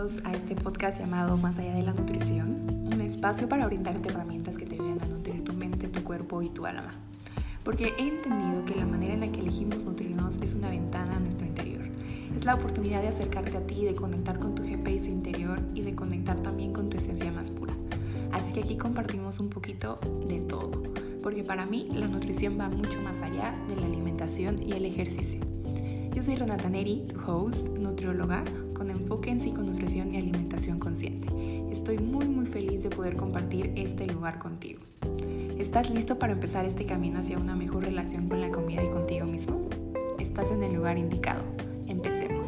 bienvenidos a este podcast llamado Más allá de la nutrición, un espacio para brindarte herramientas que te ayuden a nutrir tu mente, tu cuerpo y tu alma. Porque he entendido que la manera en la que elegimos nutrirnos es una ventana a nuestro interior. Es la oportunidad de acercarte a ti, de conectar con tu GPS interior y de conectar también con tu esencia más pura. Así que aquí compartimos un poquito de todo, porque para mí la nutrición va mucho más allá de la alimentación y el ejercicio. Yo soy Renata Neri, tu host, nutrióloga, con enfoque en psiconutrición y alimentación consciente. Estoy muy feliz de poder compartir este lugar contigo. ¿Estás listo para empezar este camino hacia una mejor relación con la comida y contigo mismo? Estás en el lugar indicado. Empecemos.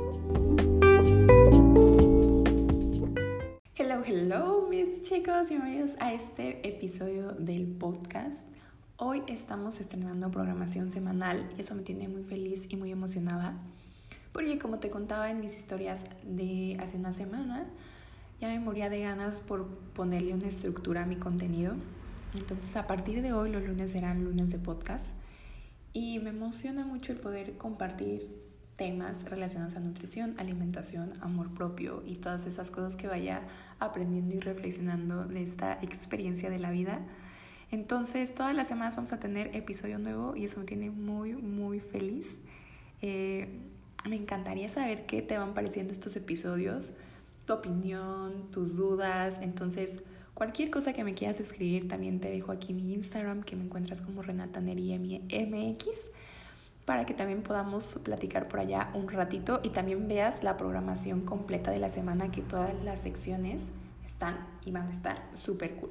Hello mis chicos, bienvenidos a este episodio del podcast. Hoy estamos estrenando programación semanal y eso me tiene muy feliz y muy emocionada porque, como te contaba en mis historias de hace una semana, ya me moría de ganas por ponerle una estructura a mi contenido. Entonces, a partir de hoy los lunes serán lunes de podcast y me emociona mucho el poder compartir temas relacionados a nutrición, alimentación, amor propio y todas esas cosas que vaya aprendiendo y reflexionando de esta experiencia de la vida. Entonces, todas las semanas vamos a tener episodio nuevo y eso me tiene muy feliz. Me encantaría saber qué te van pareciendo estos episodios, tu opinión, tus dudas. Entonces, cualquier cosa que me quieras escribir, también te dejo aquí mi Instagram, que me encuentras como Renata Neri MX, para que también podamos platicar por allá un ratito y también veas la programación completa de la semana, que todas las secciones están y van a estar súper cool.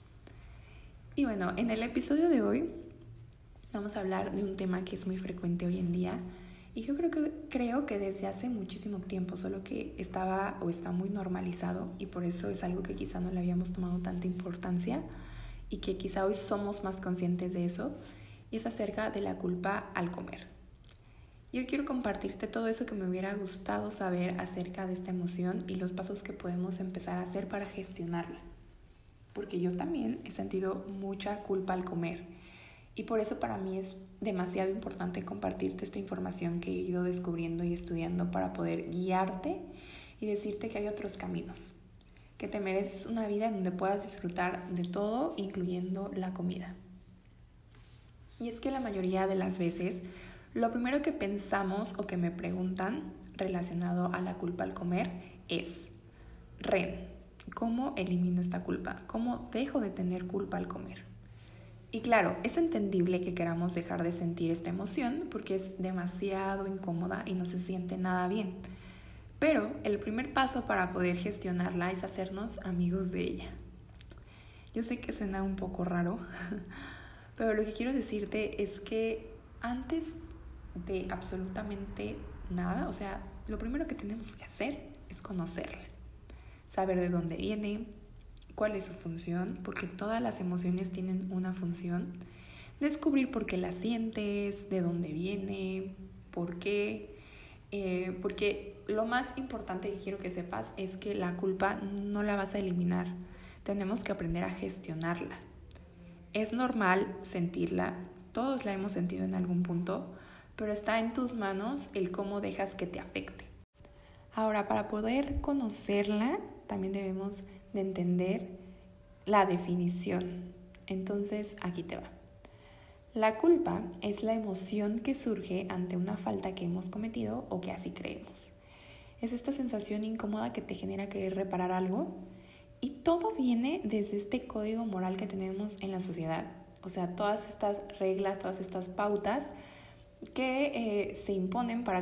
Y bueno, en el episodio de hoy vamos a hablar de un tema que es muy frecuente hoy en día y yo creo que desde hace muchísimo tiempo, solo que está muy normalizado y por eso es algo que quizá no le habíamos tomado tanta importancia y que quizá hoy somos más conscientes de eso, y es acerca de la culpa al comer. Yo quiero compartirte todo eso que me hubiera gustado saber acerca de esta emoción y los pasos que podemos empezar a hacer para gestionarla. Porque yo también he sentido mucha culpa al comer y por eso para mí es demasiado importante compartirte esta información que he ido descubriendo y estudiando para poder guiarte y decirte que hay otros caminos, que te mereces una vida en donde puedas disfrutar de todo, incluyendo la comida. Y es que la mayoría de las veces lo primero que pensamos o que me preguntan relacionado a la culpa al comer es: ¿cómo elimino esta culpa? ¿Cómo dejo de tener culpa al comer? Y claro, es entendible que queramos dejar de sentir esta emoción porque es demasiado incómoda y no se siente nada bien. Pero el primer paso para poder gestionarla es hacernos amigos de ella. Yo sé que suena un poco raro, pero lo que quiero decirte es que antes de absolutamente nada, o sea, lo primero que tenemos que hacer es conocerla. Saber de dónde viene, cuál es su función, porque todas las emociones tienen una función. Descubrir por qué la sientes, de dónde viene, por qué. Porque lo más importante que quiero que sepas es que la culpa no la vas a eliminar. Tenemos que aprender a gestionarla. Es normal sentirla, todos la hemos sentido en algún punto, pero está en tus manos el cómo dejas que te afecte. Ahora, para poder conocerla, también debemos de entender la definición. Entonces, aquí te va. La culpa es la emoción que surge ante una falta que hemos cometido o que así creemos. Es esta sensación incómoda que te genera querer reparar algo y todo viene desde este código moral que tenemos en la sociedad. O sea, todas estas reglas, todas estas pautas que se imponen para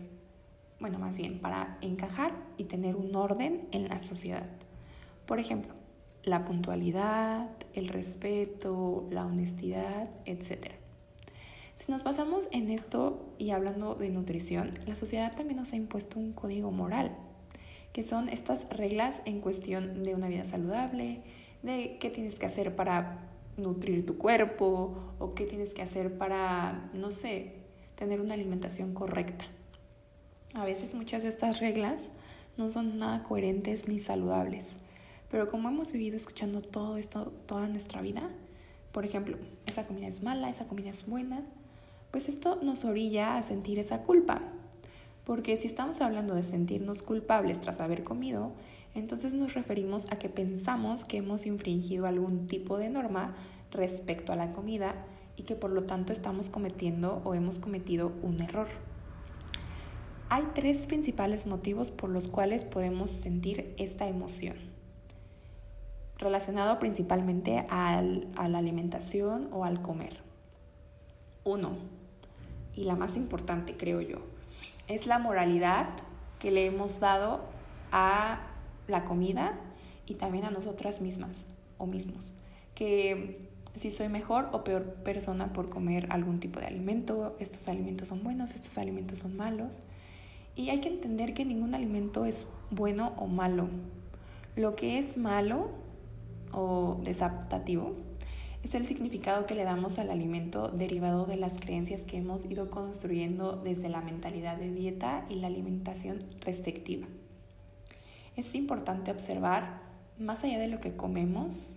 para encajar y tener un orden en la sociedad. Por ejemplo, la puntualidad, el respeto, la honestidad, etc. Si nos basamos en esto y hablando de nutrición, la sociedad también nos ha impuesto un código moral, que son estas reglas en cuestión de una vida saludable, de qué tienes que hacer para nutrir tu cuerpo o qué tienes que hacer para, tener una alimentación correcta. A veces muchas de estas reglas no son nada coherentes ni saludables, pero como hemos vivido escuchando todo esto toda nuestra vida, por ejemplo, esa comida es mala, esa comida es buena, pues esto nos orilla a sentir esa culpa. Porque si estamos hablando de sentirnos culpables tras haber comido, entonces nos referimos a que pensamos que hemos infringido algún tipo de norma respecto a la comida y que por lo tanto estamos cometiendo o hemos cometido un error. Hay 3 principales motivos por los cuales podemos sentir esta emoción, relacionado principalmente a la alimentación o al comer. 1, y la más importante creo yo, es la moralidad que le hemos dado a la comida y también a nosotras mismas o mismos, que si soy mejor o peor persona por comer algún tipo de alimento, estos alimentos son buenos, estos alimentos son malos. Y hay que entender que ningún alimento es bueno o malo. Lo que es malo o desadaptativo es el significado que le damos al alimento derivado de las creencias que hemos ido construyendo desde la mentalidad de dieta y la alimentación restrictiva. Es importante observar, más allá de lo que comemos,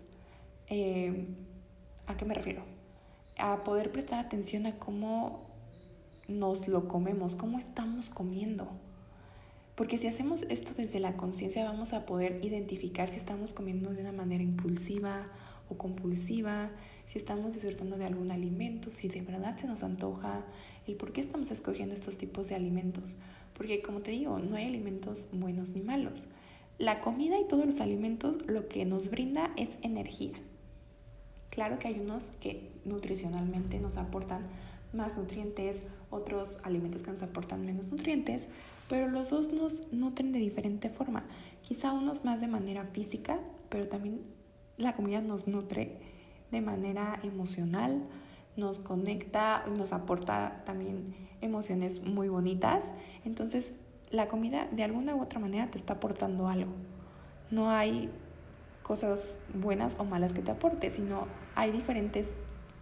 ¿a qué me refiero? A poder prestar atención a cómo nos lo comemos, cómo estamos comiendo. Porque si hacemos esto desde la conciencia vamos a poder identificar si estamos comiendo de una manera impulsiva o compulsiva, si estamos disfrutando de algún alimento, si de verdad se nos antoja, el por qué estamos escogiendo estos tipos de alimentos. Porque como te digo, no hay alimentos buenos ni malos. La comida y todos los alimentos lo que nos brinda es energía. Claro que hay unos que nutricionalmente nos aportan más nutrientes, otros alimentos que nos aportan menos nutrientes, pero los dos nos nutren de diferente forma. Quizá unos más de manera física, pero también la comida nos nutre de manera emocional, nos conecta y nos aporta también emociones muy bonitas. Entonces, la comida de alguna u otra manera te está aportando algo. No hay cosas buenas o malas que te aporte, sino hay diferentes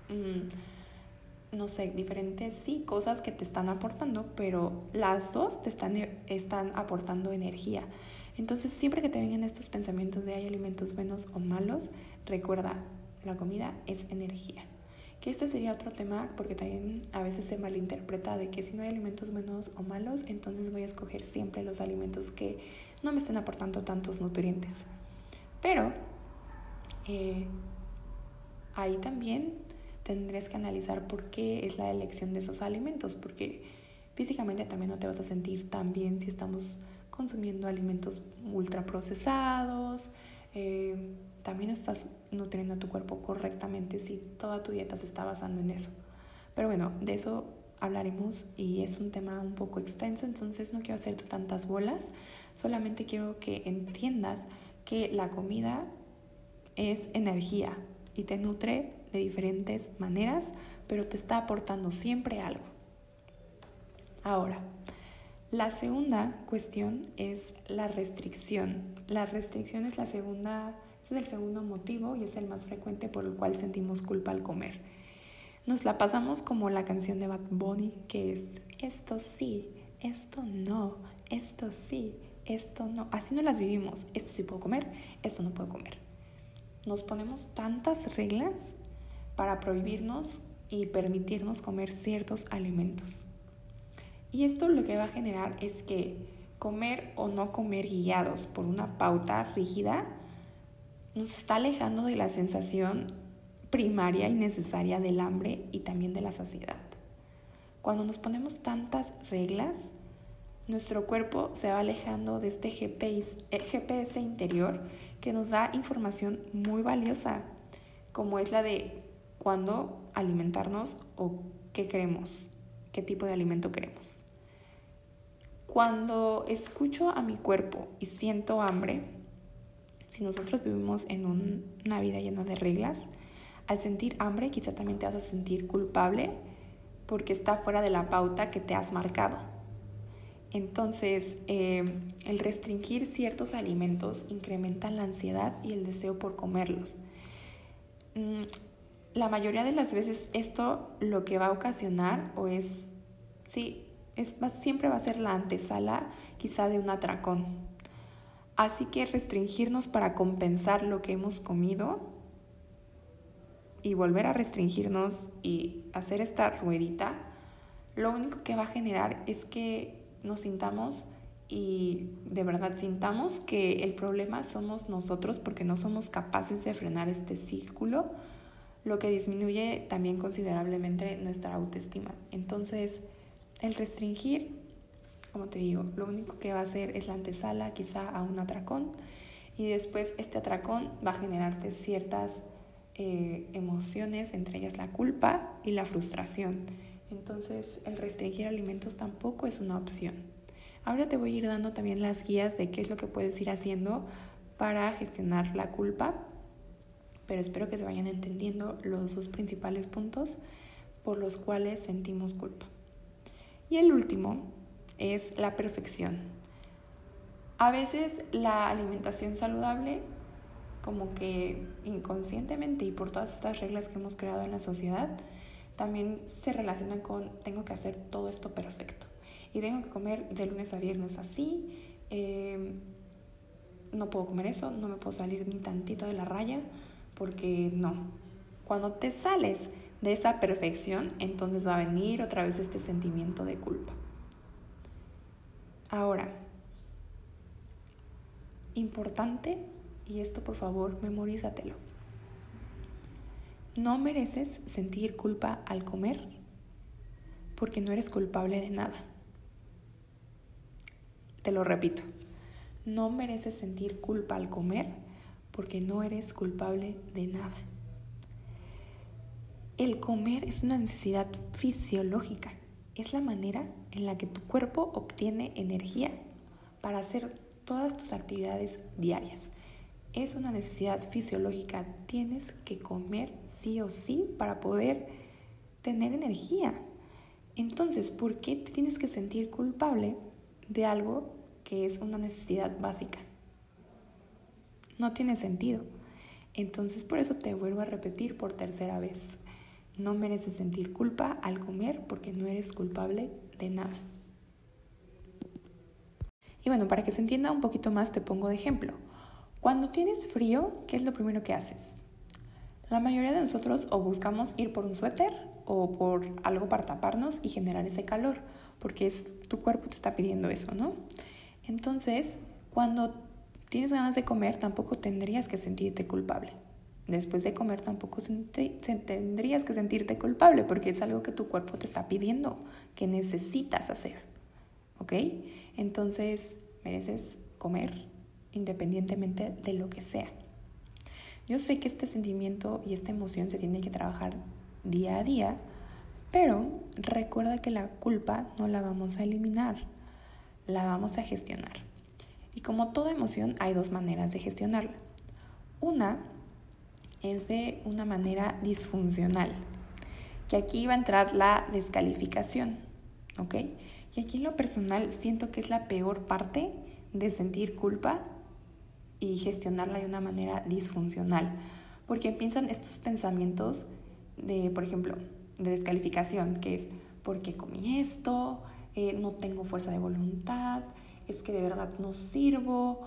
cosas que te están aportando, pero las dos te están aportando energía. Entonces, siempre que te vengan estos pensamientos de hay alimentos buenos o malos, recuerda, la comida es energía. Que este sería otro tema, porque también a veces se malinterpreta de que si no hay alimentos buenos o malos, entonces voy a escoger siempre los alimentos que no me estén aportando tantos nutrientes. Pero ahí también tendrás que analizar por qué es la elección de esos alimentos, porque físicamente también no te vas a sentir tan bien si estamos consumiendo alimentos ultraprocesados. También estás nutriendo a tu cuerpo correctamente si toda tu dieta se está basando en eso. Pero bueno, de eso hablaremos y es un tema un poco extenso, entonces no quiero hacerte tantas bolas, solamente quiero que entiendas que la comida es energía y te nutre de diferentes maneras, pero te está aportando siempre algo. Ahora, la segunda cuestión es la restricción. La restricción es es el segundo motivo y es el más frecuente por el cual sentimos culpa al comer. Nos la pasamos como la canción de Bad Bunny, que es esto sí, esto no, esto sí, esto no. Así no las vivimos. Esto sí puedo comer, esto no puedo comer. Nos ponemos tantas reglas para prohibirnos y permitirnos comer ciertos alimentos. Y esto lo que va a generar es que comer o no comer guiados por una pauta rígida nos está alejando de la sensación primaria y necesaria del hambre y también de la saciedad. Cuando nos ponemos tantas reglas, nuestro cuerpo se va alejando de este GPS interior que nos da información muy valiosa, como es la de cuándo alimentarnos o qué queremos, qué tipo de alimento queremos. Cuando escucho a mi cuerpo y siento hambre, si nosotros vivimos en una vida llena de reglas, al sentir hambre quizá también te vas a sentir culpable porque está fuera de la pauta que te has marcado. Entonces, el restringir ciertos alimentos incrementa la ansiedad y el deseo por comerlos. La mayoría de las veces esto lo que va a ocasionar siempre va a ser la antesala quizá de un atracón. Así que restringirnos para compensar lo que hemos comido y volver a restringirnos y hacer esta ruedita, lo único que va a generar es que nos sintamos y de verdad sintamos que el problema somos nosotros porque no somos capaces de frenar este círculo, lo que disminuye también considerablemente nuestra autoestima. Entonces, el restringir, como te digo, lo único que va a hacer es la antesala quizá a un atracón, y después este atracón va a generarte ciertas emociones, entre ellas la culpa y la frustración. Entonces, el restringir alimentos tampoco es una opción. Ahora te voy a ir dando también las guías de qué es lo que puedes ir haciendo para gestionar la culpa, pero espero que se vayan entendiendo los dos principales puntos por los cuales sentimos culpa. Y el último es la perfección. A veces la alimentación saludable, como que inconscientemente y por todas estas reglas que hemos creado en la sociedad, también se relaciona con tengo que hacer todo esto perfecto. Y tengo que comer de lunes a viernes así, no puedo comer eso, no me puedo salir ni tantito de la raya, porque no. Cuando te sales de esa perfección, entonces va a venir otra vez este sentimiento de culpa. Ahora, importante, y esto por favor memorízatelo, no mereces sentir culpa al comer porque no eres culpable de nada. Te lo repito, no mereces sentir culpa al comer porque no eres culpable de nada. El comer es una necesidad fisiológica, es la manera en la que tu cuerpo obtiene energía para hacer todas tus actividades diarias. Es una necesidad fisiológica, tienes que comer sí o sí para poder tener energía. Entonces, ¿por qué te tienes que sentir culpable de algo que es una necesidad básica? No tiene sentido. Entonces, por eso te vuelvo a repetir por tercera vez. No mereces sentir culpa al comer porque no eres culpable de nada. Y bueno, para que se entienda un poquito más, te pongo de ejemplo. Cuando tienes frío, ¿qué es lo primero que haces? La mayoría de nosotros o buscamos ir por un suéter o por algo para taparnos y generar ese calor, porque tu cuerpo te está pidiendo eso, ¿no? Entonces, cuando tienes ganas de comer, tampoco tendrías que sentirte culpable. Después de comer tampoco tendrías que sentirte culpable porque es algo que tu cuerpo te está pidiendo, que necesitas hacer, ¿ok? Entonces, mereces comer independientemente de lo que sea. Yo sé que este sentimiento y esta emoción se tiene que trabajar día a día, pero recuerda que la culpa no la vamos a eliminar, la vamos a gestionar. Y como toda emoción, hay dos maneras de gestionarla. Una es de una manera disfuncional, que aquí va a entrar la descalificación, ¿ok? Y aquí en lo personal siento que es la peor parte de sentir culpa y gestionarla de una manera disfuncional, porque empiezan estos pensamientos de, por ejemplo, de descalificación, que es ¿por qué comí esto? No tengo fuerza de voluntad, es que de verdad no sirvo,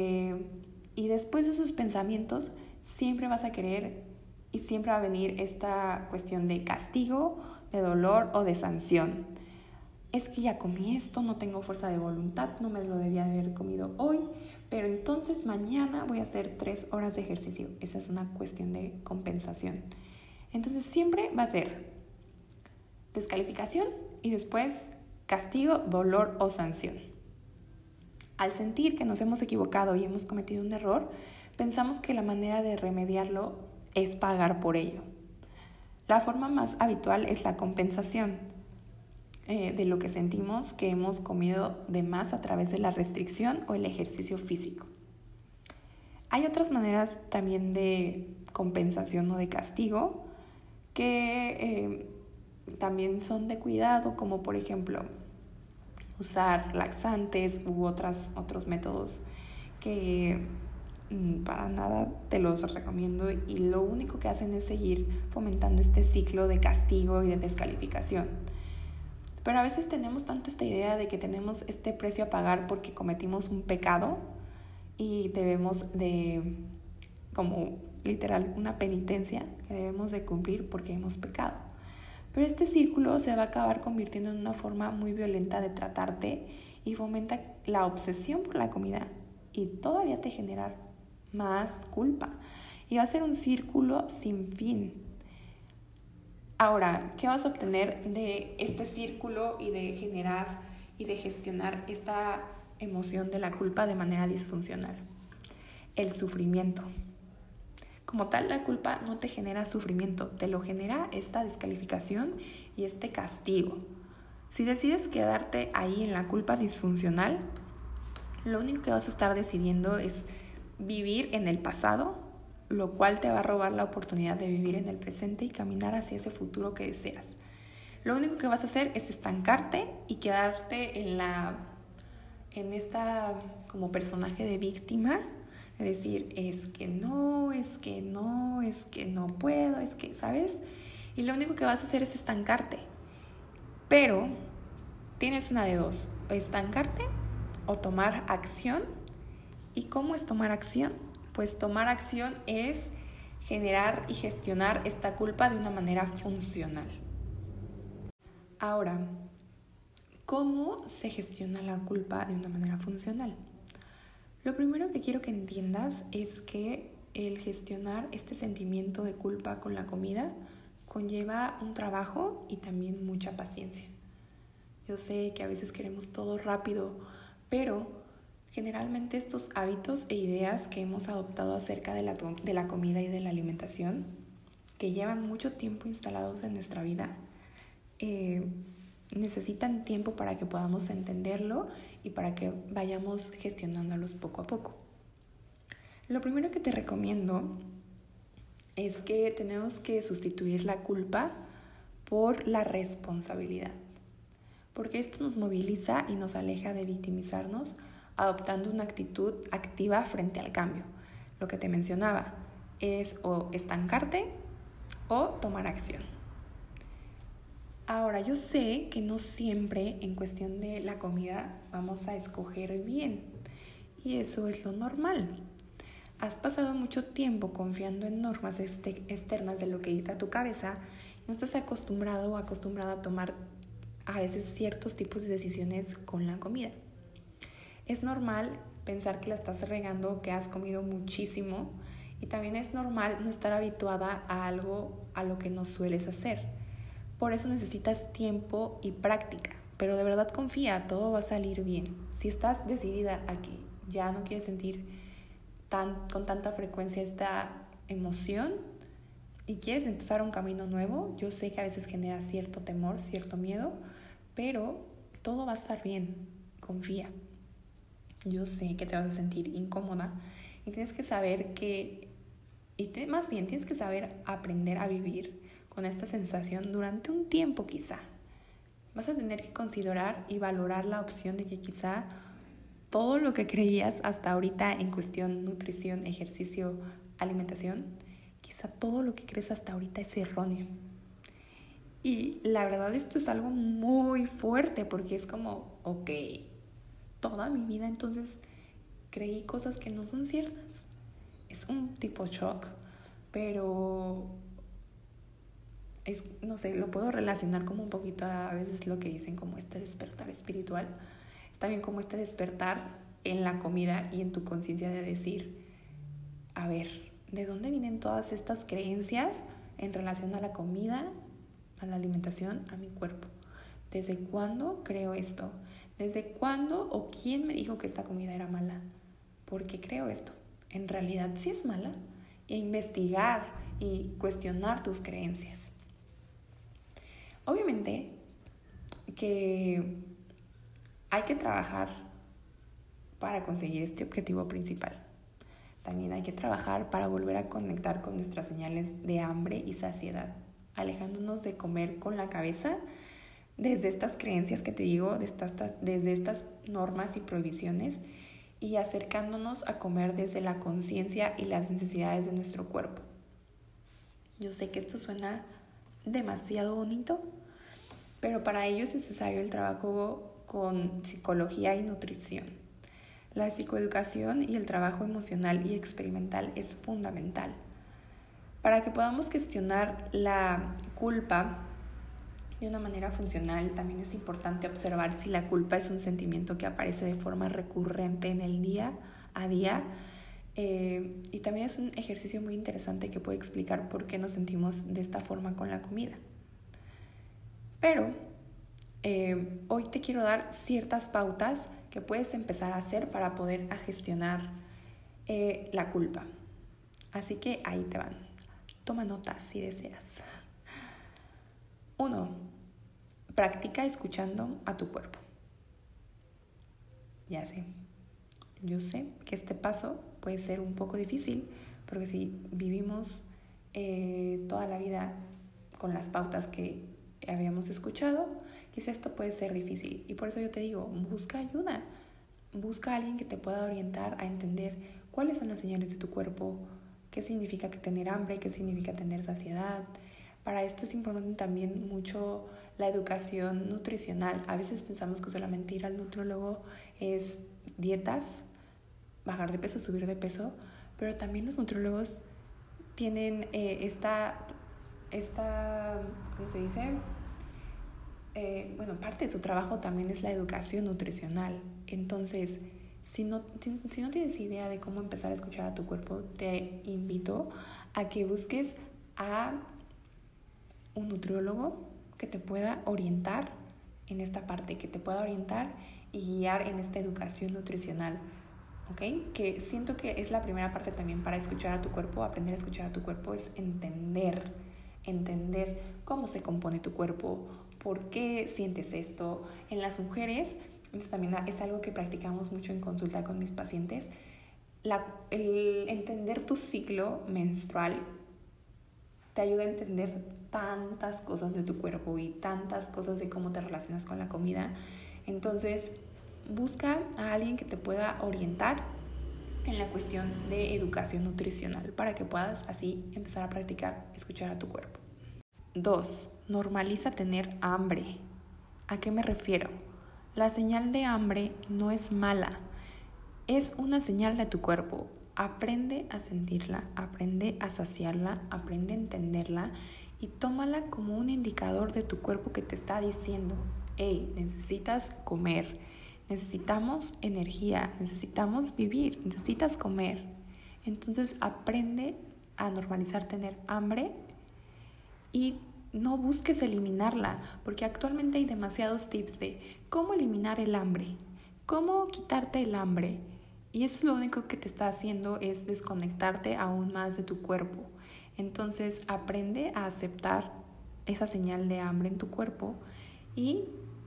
y después de esos pensamientos siempre vas a querer y siempre va a venir esta cuestión de castigo, de dolor o de sanción. Es que ya comí esto, no tengo fuerza de voluntad, no me lo debía de haber comido hoy, pero entonces mañana voy a hacer 3 horas de ejercicio. Esa es una cuestión de compensación. Entonces siempre va a ser descalificación y después castigo, dolor o sanción. Al sentir que nos hemos equivocado y hemos cometido un error, pensamos que la manera de remediarlo es pagar por ello. La forma más habitual es la compensación de lo que sentimos que hemos comido de más a través de la restricción o el ejercicio físico. Hay otras maneras también de compensación o de castigo que también son de cuidado, como por ejemplo usar laxantes u otros métodos que para nada te los recomiendo y lo único que hacen es seguir fomentando este ciclo de castigo y de descalificación. Pero a veces tenemos tanto esta idea de que tenemos este precio a pagar porque cometimos un pecado y debemos de, como literal, una penitencia que debemos de cumplir porque hemos pecado. Pero este círculo se va a acabar convirtiendo en una forma muy violenta de tratarte y fomenta la obsesión por la comida y todavía te genera más culpa. Y va a ser un círculo sin fin. Ahora, ¿qué vas a obtener de este círculo y de generar y de gestionar esta emoción de la culpa de manera disfuncional? El sufrimiento. Como tal, la culpa no te genera sufrimiento, te lo genera esta descalificación y este castigo. Si decides quedarte ahí en la culpa disfuncional, lo único que vas a estar decidiendo es vivir en el pasado, lo cual te va a robar la oportunidad de vivir en el presente y caminar hacia ese futuro que deseas. Lo único que vas a hacer es estancarte y quedarte en esta como personaje de víctima, de decir, es que no puedo, es que, ¿sabes? Y lo único que vas a hacer es estancarte. Pero tienes una de dos, estancarte o tomar acción. ¿Y cómo es tomar acción? Pues tomar acción es generar y gestionar esta culpa de una manera funcional. Ahora, ¿cómo se gestiona la culpa de una manera funcional? Lo primero que quiero que entiendas es que el gestionar este sentimiento de culpa con la comida conlleva un trabajo y también mucha paciencia. Yo sé que a veces queremos todo rápido, pero generalmente estos hábitos e ideas que hemos adoptado acerca de la comida y de la alimentación, que llevan mucho tiempo instalados en nuestra vida, necesitan tiempo para que podamos entenderlo y para que vayamos gestionándolos poco a poco. Lo primero que te recomiendo es que tenemos que sustituir la culpa por la responsabilidad, porque esto nos moviliza y nos aleja de victimizarnos, adoptando una actitud activa frente al cambio. Lo que te mencionaba es o estancarte o tomar acción. Ahora, yo sé que no siempre en cuestión de la comida vamos a escoger bien, y eso es lo normal. Has pasado mucho tiempo confiando en normas externas de lo que dicta tu cabeza y no estás acostumbrado o acostumbrada a tomar a veces ciertos tipos de decisiones con la comida. Es normal pensar que la estás regando, que has comido muchísimo, y también es normal no estar habituada a algo a lo que no sueles hacer. Por eso necesitas tiempo y práctica, pero de verdad confía, todo va a salir bien. Si estás decidida a que ya no quieres sentir con tanta frecuencia esta emoción y quieres empezar un camino nuevo, yo sé que a veces genera cierto temor, cierto miedo, pero todo va a estar bien, confía. Yo sé que te vas a sentir incómoda y tienes que saber tienes que saber aprender a vivir con esta sensación durante un tiempo quizá. Vas a tener que considerar y valorar la opción de que quizá todo lo que creías hasta ahorita en cuestión nutrición, ejercicio, alimentación, quizá todo lo que crees hasta ahorita es erróneo. Y la verdad esto es algo muy fuerte porque es como, ok, toda mi vida entonces creí cosas que no son ciertas. Es un tipo shock, pero no sé, lo puedo relacionar como un poquito a veces lo que dicen como este despertar espiritual. Es también como este despertar en la comida y en tu conciencia de decir, a ver, ¿de dónde vienen todas estas creencias en relación a la comida, a la alimentación, a mi cuerpo? ¿Desde cuándo creo esto? ¿Desde cuándo o quién me dijo que esta comida era mala? ¿Por qué creo esto? ¿En realidad sí es mala? E investigar y cuestionar tus creencias. Obviamente que hay que trabajar para conseguir este objetivo principal. También hay que trabajar para volver a conectar con nuestras señales de hambre y saciedad, alejándonos de comer con la cabeza desde estas creencias que te digo, desde estas normas y prohibiciones, y acercándonos a comer desde la conciencia y las necesidades de nuestro cuerpo. Yo sé que esto suena demasiado bonito, pero para ello es necesario el trabajo con psicología y nutrición. La psicoeducación y el trabajo emocional y experimental es fundamental. Para que podamos gestionar la culpa de una manera funcional, también es importante observar si la culpa es un sentimiento que aparece de forma recurrente en el día a día. Y también es un ejercicio muy interesante que puede explicar por qué nos sentimos de esta forma con la comida. Pero hoy te quiero dar ciertas pautas que puedes empezar a hacer para poder gestionar la culpa. Así que ahí te van. Toma notas si deseas. 1. Practica escuchando a tu cuerpo. Ya sé, yo sé que este paso puede ser un poco difícil, porque si vivimos toda la vida con las pautas que habíamos escuchado, quizá esto puede ser difícil. Y por eso yo te digo, busca ayuda. Busca a alguien que te pueda orientar a entender cuáles son las señales de tu cuerpo, qué significa tener hambre, qué significa tener saciedad. Para esto es importante también mucho la educación nutricional. A veces pensamos que solamente ir al nutriólogo es dietas, bajar de peso, subir de peso, pero también los nutriólogos tienen ¿cómo se dice? Parte de su trabajo también es la educación nutricional. Entonces, si no tienes idea de cómo empezar a escuchar a tu cuerpo, te invito a que busques a un nutriólogo que te pueda orientar en esta parte, que te pueda orientar y guiar en esta educación nutricional, ¿ok? Que siento que es la primera parte también para escuchar a tu cuerpo. Aprender a escuchar a tu cuerpo es entender cómo se compone tu cuerpo, por qué sientes esto. En las mujeres, esto también es algo que practicamos mucho en consulta con mis pacientes, el entender tu ciclo menstrual te ayuda a entender tantas cosas de tu cuerpo y tantas cosas de cómo te relacionas con la comida. Entonces, busca a alguien que te pueda orientar en la cuestión de educación nutricional para que puedas así empezar a practicar escuchar a tu cuerpo. 2. Normaliza tener hambre. ¿A qué me refiero? La señal de hambre no es mala, es una señal de tu cuerpo. Aprende a sentirla, aprende a saciarla, aprende a entenderla y tómala como un indicador de tu cuerpo que te está diciendo: hey, necesitas comer, necesitamos energía, necesitamos vivir, necesitas comer. Entonces aprende a normalizar tener hambre y no busques eliminarla, porque actualmente hay demasiados tips de cómo eliminar el hambre, cómo quitarte el hambre. Y eso lo único que te está haciendo es desconectarte aún más de tu cuerpo. Entonces aprende a aceptar esa señal de hambre en tu cuerpo y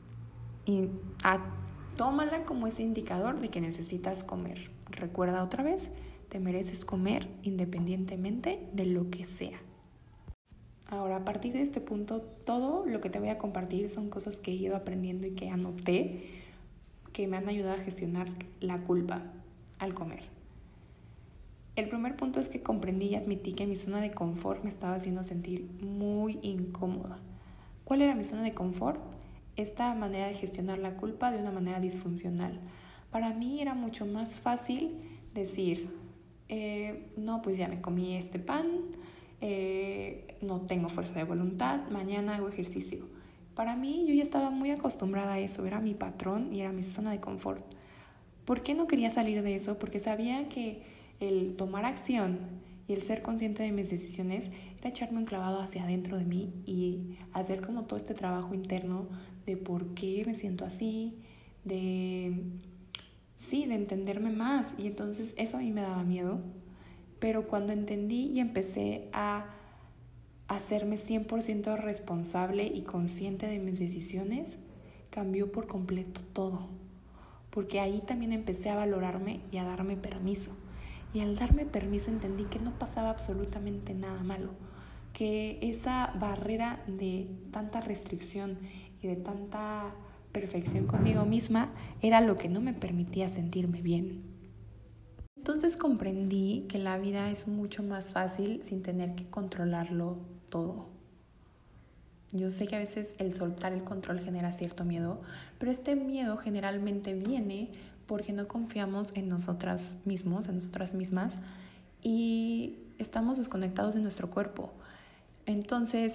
tómala como ese indicador de que necesitas comer. Recuerda otra vez, te mereces comer independientemente de lo que sea. Ahora, a partir de este punto, todo lo que te voy a compartir son cosas que he ido aprendiendo y que anoté, que me han ayudado a gestionar la culpa al comer. El primer punto es que comprendí y admití que mi zona de confort me estaba haciendo sentir muy incómoda. ¿Cuál era mi zona de confort? Esta manera de gestionar la culpa de una manera disfuncional. Para mí era mucho más fácil decir, no, pues ya me comí este pan, no tengo fuerza de voluntad, mañana hago ejercicio. Para mí yo ya estaba muy acostumbrada a eso, era mi patrón y era mi zona de confort. ¿Por qué no quería salir de eso? Porque sabía que el tomar acción y el ser consciente de mis decisiones era echarme un clavado hacia adentro de mí y hacer como todo este trabajo interno de por qué me siento así, de entenderme más. Y entonces eso a mí me daba miedo. Pero cuando entendí y empecé a hacerme 100% responsable y consciente de mis decisiones, cambió por completo todo. Porque ahí también empecé a valorarme y a darme permiso. Y al darme permiso entendí que no pasaba absolutamente nada malo, que esa barrera de tanta restricción y de tanta perfección conmigo misma era lo que no me permitía sentirme bien. Entonces comprendí que la vida es mucho más fácil sin tener que controlarlo todo. Yo sé que a veces el soltar el control genera cierto miedo, pero este miedo generalmente viene porque no confiamos en nosotras mismos, en nosotras mismas, y estamos desconectados de nuestro cuerpo. Entonces,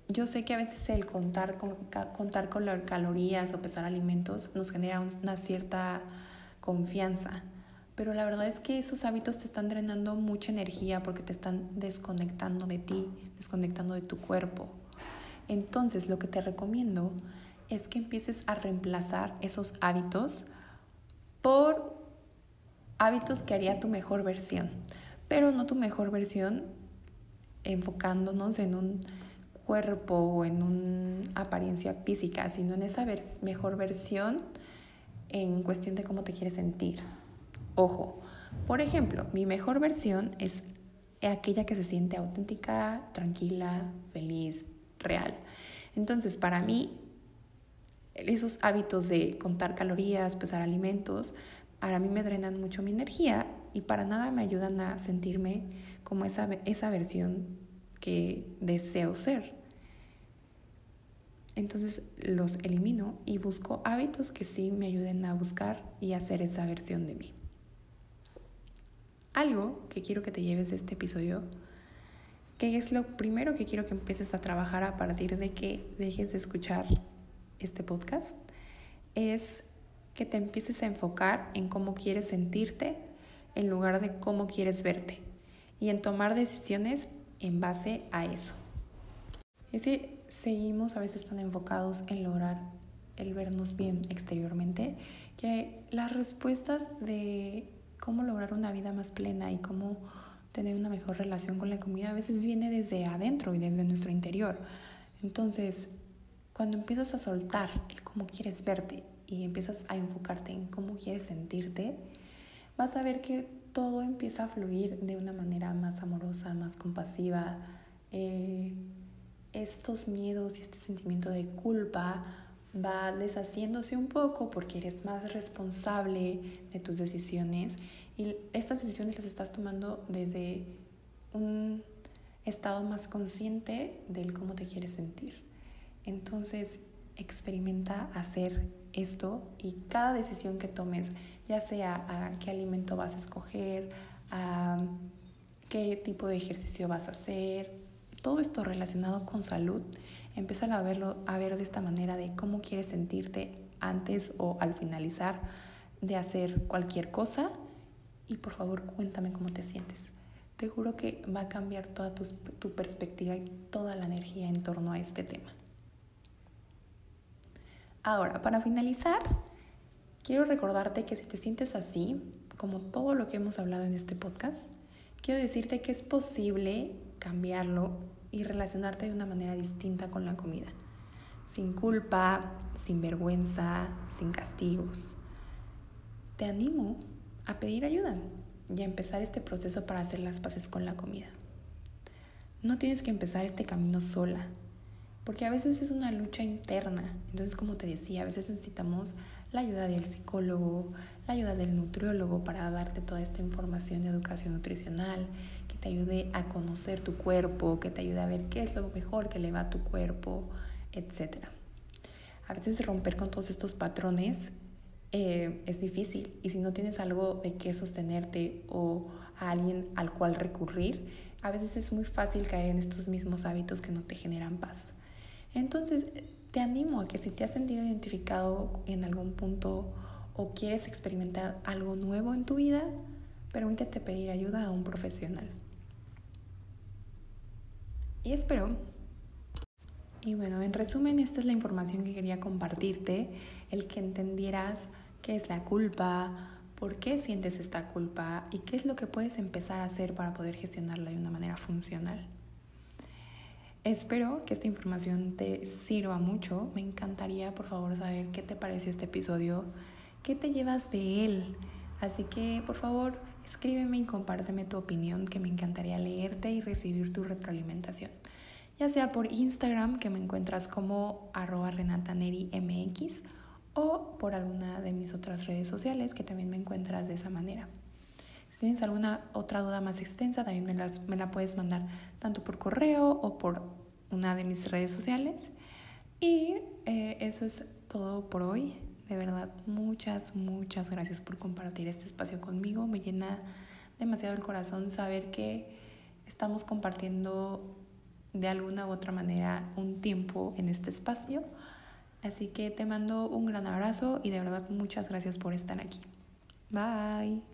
yo sé que a veces el contar con las calorías o pesar alimentos nos genera una cierta confianza, pero la verdad es que esos hábitos te están drenando mucha energía porque te están desconectando de ti, desconectando de tu cuerpo. Entonces, lo que te recomiendo es que empieces a reemplazar esos hábitos por hábitos que haría tu mejor versión, pero no tu mejor versión enfocándonos en un cuerpo o en una apariencia física, sino en esa mejor versión en cuestión de cómo te quieres sentir. Ojo, por ejemplo, mi mejor versión es aquella que se siente auténtica, tranquila, feliz, real. Entonces, para mí, esos hábitos de contar calorías, pesar alimentos, a mí me drenan mucho mi energía y para nada me ayudan a sentirme como esa versión que deseo ser. Entonces los elimino y busco hábitos que sí me ayuden a buscar y hacer esa versión de mí. Algo que quiero que te lleves de este episodio, que es lo primero que quiero que empieces a trabajar a partir de que dejes de escuchar este podcast, es que te empieces a enfocar en cómo quieres sentirte en lugar de cómo quieres verte y en tomar decisiones en base a eso. Es que seguimos a veces tan enfocados en lograr el vernos bien exteriormente que las respuestas de cómo lograr una vida más plena y cómo tener una mejor relación con la comida a veces viene desde adentro y desde nuestro interior. Entonces, cuando empiezas a soltar el cómo quieres verte y empiezas a enfocarte en cómo quieres sentirte, vas a ver que todo empieza a fluir de una manera más amorosa, más compasiva. Estos miedos y este sentimiento de culpa va deshaciéndose un poco porque eres más responsable de tus decisiones y estas decisiones las estás tomando desde un estado más consciente del cómo te quieres sentir. Entonces, experimenta hacer esto y cada decisión que tomes, ya sea a qué alimento vas a escoger, a qué tipo de ejercicio vas a hacer, todo esto relacionado con salud, empieza a ver de esta manera de cómo quieres sentirte antes o al finalizar de hacer cualquier cosa y por favor cuéntame cómo te sientes. Te juro que va a cambiar toda tu perspectiva y toda la energía en torno a este tema. Ahora, para finalizar, quiero recordarte que si te sientes así, como todo lo que hemos hablado en este podcast, quiero decirte que es posible cambiarlo y relacionarte de una manera distinta con la comida. Sin culpa, sin vergüenza, sin castigos. Te animo a pedir ayuda y a empezar este proceso para hacer las paces con la comida. No tienes que empezar este camino sola, porque a veces es una lucha interna. Entonces, como te decía, a veces necesitamos la ayuda del psicólogo, la ayuda del nutriólogo para darte toda esta información de educación nutricional, que te ayude a conocer tu cuerpo, que te ayude a ver qué es lo mejor que le va a tu cuerpo, etc. A veces romper con todos estos patrones es difícil y si no tienes algo de qué sostenerte o a alguien al cual recurrir, a veces es muy fácil caer en estos mismos hábitos que no te generan paz. Entonces, te animo a que si te has sentido identificado en algún punto o quieres experimentar algo nuevo en tu vida, permítete pedir ayuda a un profesional. Y bueno, en resumen, esta es la información que quería compartirte, el que entendieras qué es la culpa, por qué sientes esta culpa y qué es lo que puedes empezar a hacer para poder gestionarla de una manera funcional. Espero que esta información te sirva mucho. Me encantaría, por favor, saber qué te pareció este episodio, qué te llevas de él. Así que, por favor, escríbeme y compárteme tu opinión, que me encantaría leerte y recibir tu retroalimentación. Ya sea por Instagram, que me encuentras como @renatanerimx, o por alguna de mis otras redes sociales, que también me encuentras de esa manera. Si tienes alguna otra duda más extensa, también me la puedes mandar tanto por correo o por una de mis redes sociales. Y eso es todo por hoy. De verdad, muchas gracias por compartir este espacio conmigo. Me llena demasiado el corazón saber que estamos compartiendo de alguna u otra manera un tiempo en este espacio. Así que te mando un gran abrazo y de verdad muchas gracias por estar aquí. Bye.